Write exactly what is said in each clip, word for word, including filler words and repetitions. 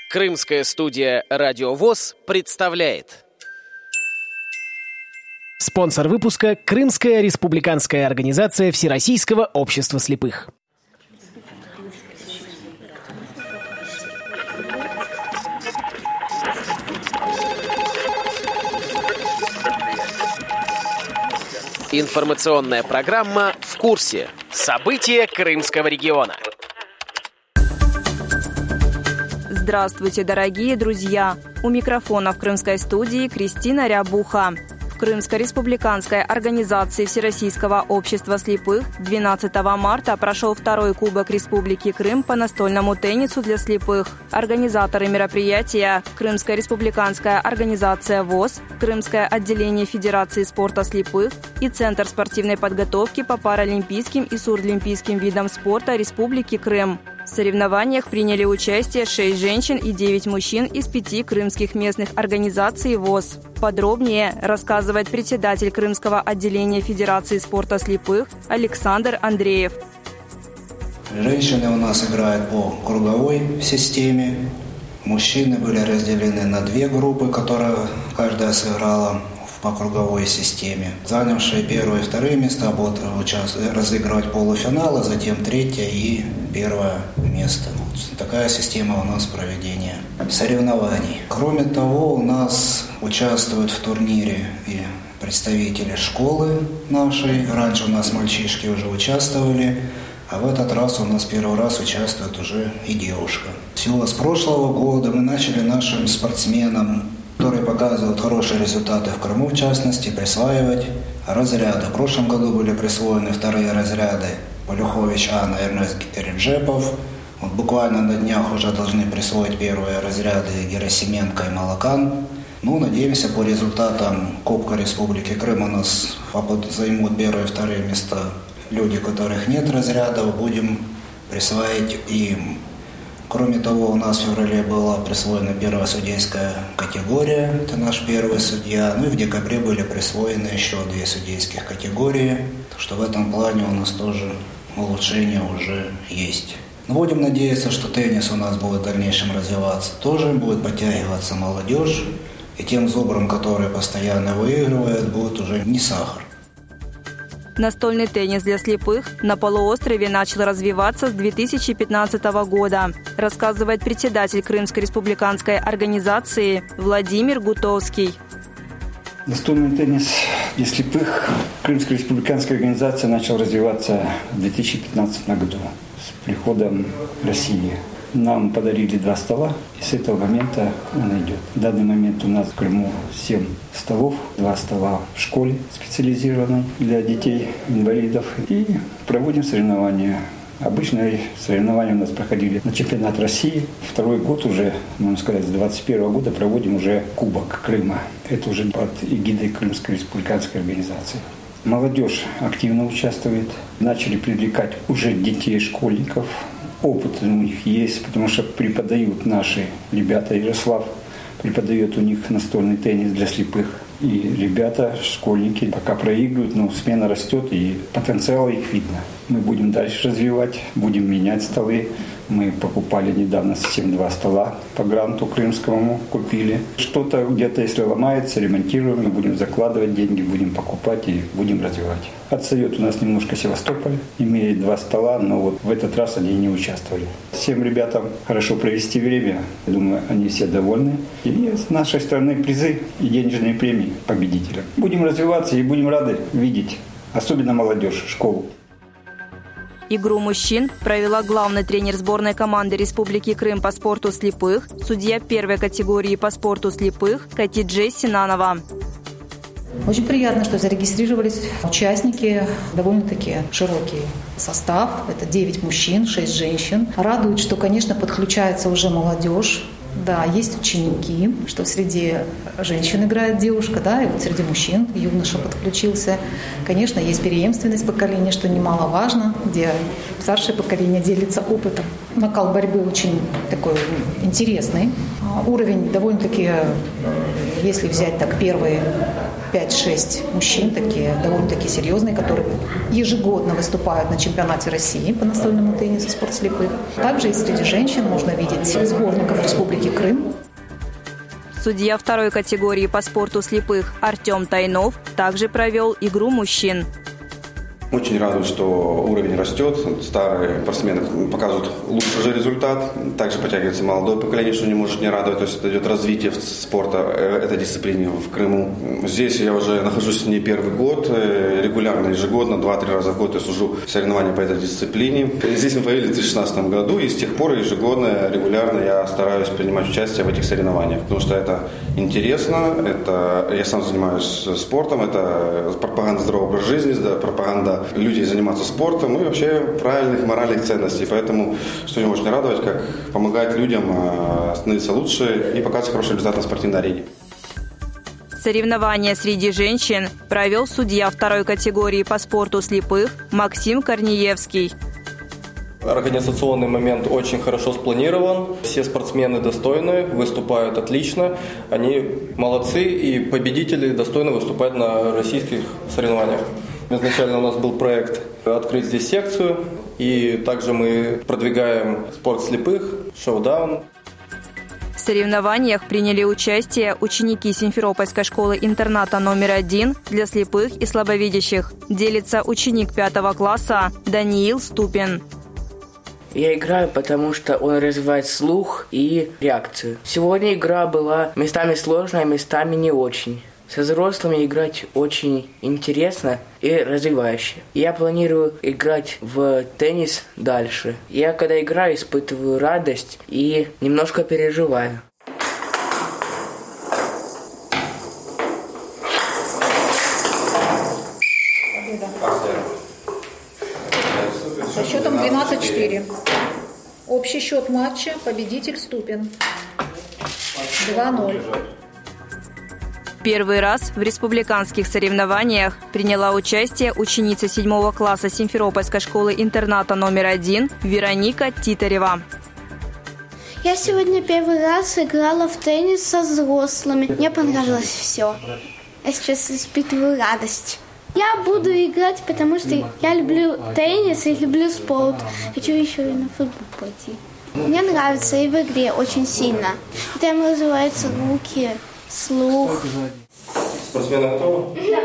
Крымская студия «Радио ВОС» представляет. Спонсор выпуска – Крымская республиканская организация Всероссийского общества слепых. Информационная программа «В курсе». События Крымского региона. Здравствуйте, дорогие друзья! У микрофона в крымской студии Кристина Рябуха. В Крымской республиканской организации Всероссийского общества слепых двенадцатого марта прошел второй Кубок Республики Крым по настольному теннису для слепых. Организаторы мероприятия – Крымская республиканская организация ВОС, Крымское отделение Федерации спорта слепых и Центр спортивной подготовки по паралимпийским и сурдлимпийским видам спорта Республики Крым. В соревнованиях приняли участие шесть женщин и девять мужчин из пяти крымских местных организаций ВОС. Подробнее рассказывает председатель Крымского отделения Федерации спорта слепых Александр Андреев. Женщины у нас играют по круговой системе. Мужчины были разделены на две группы, которые каждая сыграла по круговой системе. Занявшие первые и вторые места будут разыгрывать полуфиналы, затем третье и первое место. Такая система у нас проведения соревнований. Кроме того, у нас участвуют в турнире и представители школы нашей. Раньше у нас мальчишки уже участвовали, а в этот раз у нас первый раз участвует уже и девушка. Всего с прошлого года мы начали нашим спортсменам, которые показывают хорошие результаты в Крыму, в частности, присваивать разряды. В прошлом году были присвоены вторые разряды Полюхович Анна и Эрнест Реджепов. Вот буквально на днях уже должны присвоить первые разряды Герасименко и Малакан. Ну, надеемся, по результатам Кубка Республики Крым у нас займут первые и вторые места люди, у которых нет разрядов, будем присваивать им. Кроме того, у нас в феврале была присвоена первая судейская категория, это наш первый судья. Ну и в декабре были присвоены еще две судейских категории. Так что в этом плане у нас тоже улучшения уже есть. Но будем надеяться, что теннис у нас будет в дальнейшем развиваться тоже, будет подтягиваться молодежь. И тем зубрам, которые постоянно выигрывают, будет уже не сахар. Настольный теннис для слепых на полуострове начал развиваться с две тысячи пятнадцатого года, рассказывает председатель Крымской республиканской организации Владимир Гутовский. Настольный теннис для слепых Крымская республиканская организация начала развиваться в две тысячи пятнадцатом году с приходом России. Нам подарили два стола, и с этого момента он идет. В данный момент у нас в Крыму семь столов, два стола в школе специализированной для детей-инвалидов. И проводим соревнования. Обычные соревнования у нас проходили на чемпионат России. Второй год уже, можно сказать, с двадцать первого года проводим уже Кубок Крыма. Это уже под эгидой Крымской республиканской организации. Молодежь активно участвует. Начали привлекать уже детей, школьников. Опыт у них есть, потому что преподают наши ребята. Ярослав преподает у них настольный теннис для слепых. И ребята, школьники, пока проигрывают, но смена растет и потенциал их видно. Мы будем дальше развивать, будем менять столы. Мы покупали недавно совсем два стола по гранту крымскому, купили. Что-то где-то, если ломается, ремонтируем, мы будем закладывать деньги, будем покупать и будем развивать. Отстает у нас немножко Севастополь, имеет два стола, но вот в этот раз они не участвовали. Всем ребятам хорошо провести время, думаю, они все довольны. И с нашей стороны призы и денежные премии победителям. Будем развиваться и будем рады видеть, особенно молодежь, школу. Игру мужчин провела главный тренер сборной команды Республики Крым по спорту слепых, судья первой категории по спорту слепых Катиджей Синанова. Очень приятно, что зарегистрировались участники, довольно-таки широкий состав. Это девять мужчин, шесть женщин. Радует, что, конечно, подключается уже молодежь. Да, есть ученики, что среди женщин играет девушка, да, и вот среди мужчин юноша подключился. Конечно, есть преемственность поколения, что немаловажно, где старшее поколение делится опытом. Накал борьбы очень такой интересный. Уровень довольно-таки, если взять так первые пять-шесть мужчин, такие довольно-таки серьезные, которые ежегодно выступают на чемпионате России по настольному теннису «Спорт слепых». Также и среди женщин можно видеть сборников Республики Крым. Судья второй категории по спорту слепых Артем Тайнов также провел игру мужчин. Очень радует, что уровень растет, старые спортсмены показывают лучший же результат, также подтягивается молодое поколение, что не может не радовать, то есть это идет развитие спорта, этой дисциплине в Крыму. Здесь я уже нахожусь не первый год, регулярно, ежегодно, два-три раза в год я сужу соревнования по этой дисциплине. Здесь мы появились в две тысячи шестнадцатом году, и с тех пор ежегодно, регулярно я стараюсь принимать участие в этих соревнованиях, потому что это интересно, это я сам занимаюсь спортом, это пропаганда здорового образа жизни, пропаганда людей заниматься спортом и вообще правильных моральных ценностей. Поэтому, что не может не радовать, как помогать людям становиться лучше и показывать хороший результат на спортивной арене. Соревнования среди женщин провел судья второй категории по спорту слепых Максим Корнеевский. Организационный момент очень хорошо спланирован. Все спортсмены достойны, выступают отлично. Они молодцы, и победители достойны выступать на российских соревнованиях. Изначально у нас был проект открыть здесь секцию, и также мы продвигаем спорт слепых, шоу-даун. В соревнованиях приняли участие ученики Симферопольской школы-интерната номер один для слепых и слабовидящих. Делится ученик пятого класса Даниил Ступин. Я играю, потому что он развивает слух и реакцию. Сегодня игра была местами сложная, местами не очень. Со взрослыми играть очень интересно и развивающе. Я планирую играть в теннис дальше. Я, когда играю, испытываю радость и немножко переживаю. Со счетом двенадцать-четыре. Общий счет матча. Победитель Ступин. два ноль. Первый раз в республиканских соревнованиях приняла участие ученица седьмого класса Симферопольской школы-интерната номер один Вероника Титарева. Я сегодня первый раз играла в теннис со взрослыми. Мне понравилось все. Я сейчас испытываю радость. Я буду играть, потому что я люблю теннис и люблю спорт. Хочу еще и на футбол пойти. Мне нравится и в игре очень сильно. Там развиваются руки, слух. Спортсмены готовы? Да.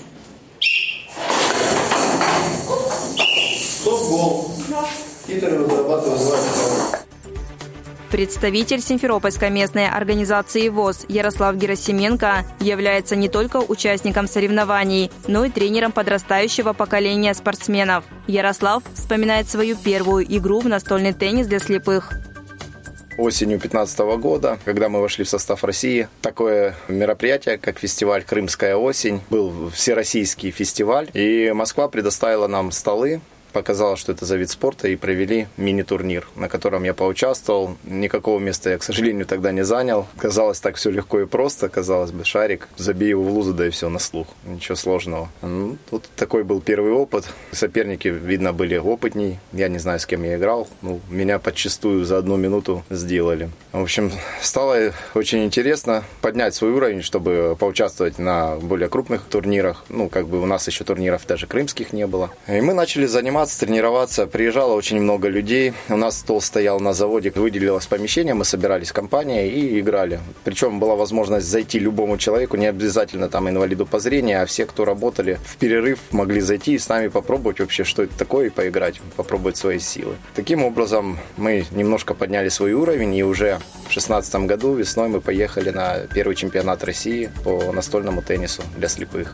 Стоп-гол. Титарева зарабатывает два очка. Представитель Симферопольской местной организации ВОС Ярослав Герасименко является не только участником соревнований, но и тренером подрастающего поколения спортсменов. Ярослав вспоминает свою первую игру в настольный теннис для слепых. Осенью две тысячи пятнадцатого года, когда мы вошли в состав России, такое мероприятие, как фестиваль «Крымская осень», был всероссийский фестиваль, и Москва предоставила нам столы, показала, что это за вид спорта, и провели мини-турнир, на котором я поучаствовал. Никакого места я, к сожалению, тогда не занял. Казалось, так все легко и просто. Казалось бы, шарик, забей его в лузу, да и все, на слух. Ничего сложного. Ну, вот такой был первый опыт. Соперники, видно, были опытней. Я не знаю, с кем я играл. Ну, меня подчистую за одну минуту сделали. В общем, стало очень интересно поднять свой уровень, чтобы поучаствовать на более крупных турнирах. Ну, как бы у нас еще турниров даже крымских не было. И мы начали заниматься тренироваться. Приезжало очень много людей. У нас стол стоял на заводе, выделилось помещение, мы собирались компанией и играли. Причем была возможность зайти любому человеку, не обязательно там инвалиду по зрению, а все, кто работали в перерыв, могли зайти и с нами попробовать вообще, что это такое, и поиграть, попробовать свои силы. Таким образом, мы немножко подняли свой уровень, и уже в шестнадцатом году весной мы поехали на первый чемпионат России по настольному теннису для слепых.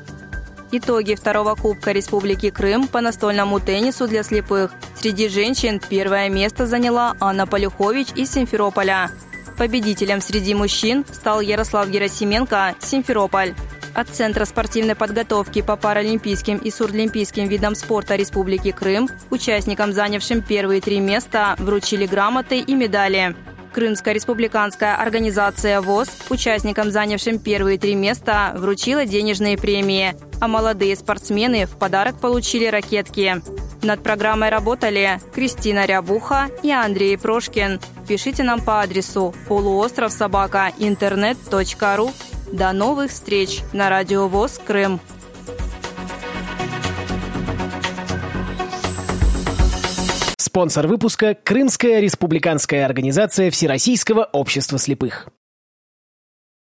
Итоги второго Кубка Республики Крым по настольному теннису для слепых. Среди женщин первое место заняла Анна Полюхович из Симферополя. Победителем среди мужчин стал Ярослав Герасименко, Симферополь. От Центра спортивной подготовки по паралимпийским и сурдлимпийским видам спорта Республики Крым участникам, занявшим первые три места, вручили грамоты и медали. Крымская республиканская организация ВОС участникам, занявшим первые три места, вручила денежные премии, а молодые спортсмены в подарок получили ракетки. Над программой работали Кристина Рябуха и Андрей Прошкин. Пишите нам по адресу полуостров собака интернет точка ру. До новых встреч на Радио ВОС Крым. Спонсор выпуска – Крымская республиканская организация Всероссийского общества слепых.